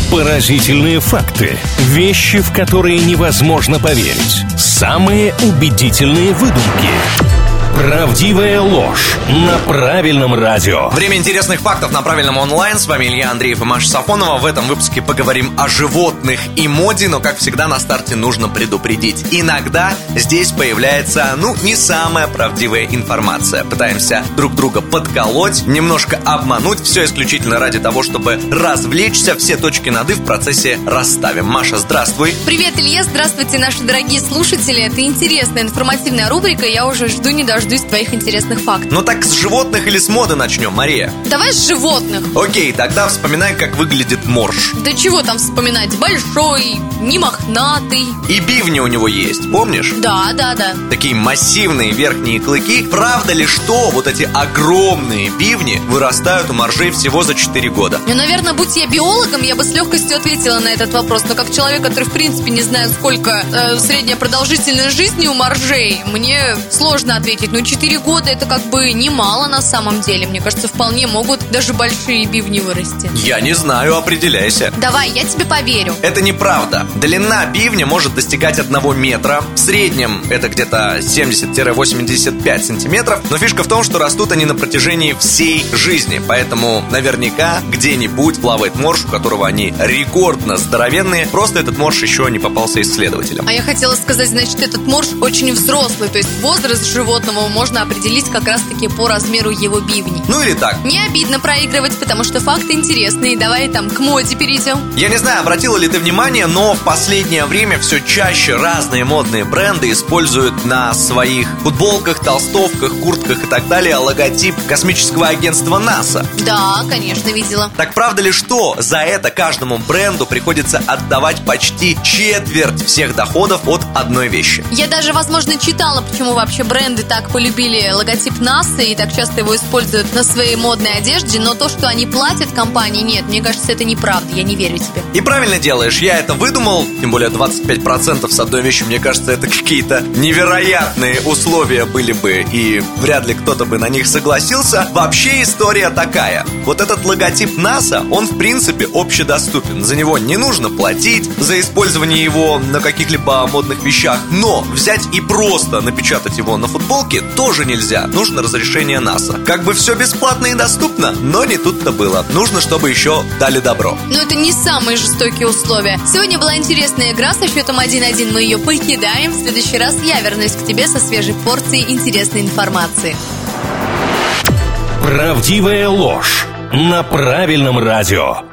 Поразительные факты. Вещи, в которые невозможно поверить. Самые убедительные выдумки. Правдивая ложь на правильном радио. Время интересных фактов на правильном онлайн. С вами Илья Андреев и Маша Сафонова. В этом выпуске поговорим о животных и моде. Но, как всегда, на старте нужно предупредить. Иногда здесь появляется, не самая правдивая информация. Пытаемся друг друга подколоть, немножко обмануть. Все исключительно ради того, чтобы развлечься. Все точки над «и» в процессе расставим. Маша, здравствуй. Привет, Илья. Здравствуйте, наши дорогие слушатели. Это интересная информативная рубрика. Я уже жду не дождусь твоих интересных фактов. Ну так с животных или с моды начнем, Мария? Давай с животных. Окей, тогда вспоминай, как выглядит морж. Да чего там вспоминать? Большой, не мохнатый. И бивни у него есть, помнишь? Да. Такие массивные верхние клыки. Правда ли, что вот эти огромные бивни вырастают у моржей всего за 4 года? Наверное, будь я биологом, я бы с легкостью ответила на этот вопрос. Но как человек, который в принципе не знает, сколько средняя продолжительность жизни у моржей, мне сложно ответить. 4 года это как бы немало на самом деле. Мне кажется, вполне могут даже большие бивни вырасти. Я не знаю, определяйся. Давай, я тебе поверю. Это неправда. Длина бивня может достигать 1 метра. В среднем это где-то 70-85 сантиметров. Но фишка в том, что растут они на протяжении всей жизни. Поэтому наверняка где-нибудь плавает морж, у которого они рекордно здоровенные. Просто этот морж еще не попался исследователям. А я хотела сказать, значит, этот морж очень взрослый. То есть возраст животного можно определить как раз-таки по размеру его бивней. Ну или так. Не обидно проигрывать, потому что факты интересные. Давай к моде перейдем. Я не знаю, обратила ли ты внимание, но в последнее время все чаще разные модные бренды используют на своих футболках, толстовках, куртках и так далее логотип космического агентства НАСА. Да, конечно, видела. Так правда ли, что за это каждому бренду приходится отдавать почти четверть всех доходов от одной вещи? Я даже, возможно, читала, почему вообще бренды так полюбили логотип НАСА и так часто его используют на своей модной одежде, но то, что они платят компании, нет, мне кажется, это неправда, я не верю тебе. И правильно делаешь, я это выдумал, тем более 25% с одной вещи, мне кажется, это какие-то невероятные условия были бы, и вряд ли кто-то бы на них согласился. Вообще история такая, вот этот логотип НАСА, он в принципе общедоступен, за него не нужно платить, за использование его на каких-либо модных вещах, но взять и просто напечатать его на футболке тоже нельзя, нужно разрешение НАСА. Как бы все бесплатно и доступно, но не тут-то было. Нужно, чтобы еще дали добро. Но это не самые жестокие условия. Сегодня была интересная игра со счетом 1-1, мы ее покидаем. В следующий раз я вернусь к тебе со свежей порцией интересной информации. Правдивая ложь на правильном радио.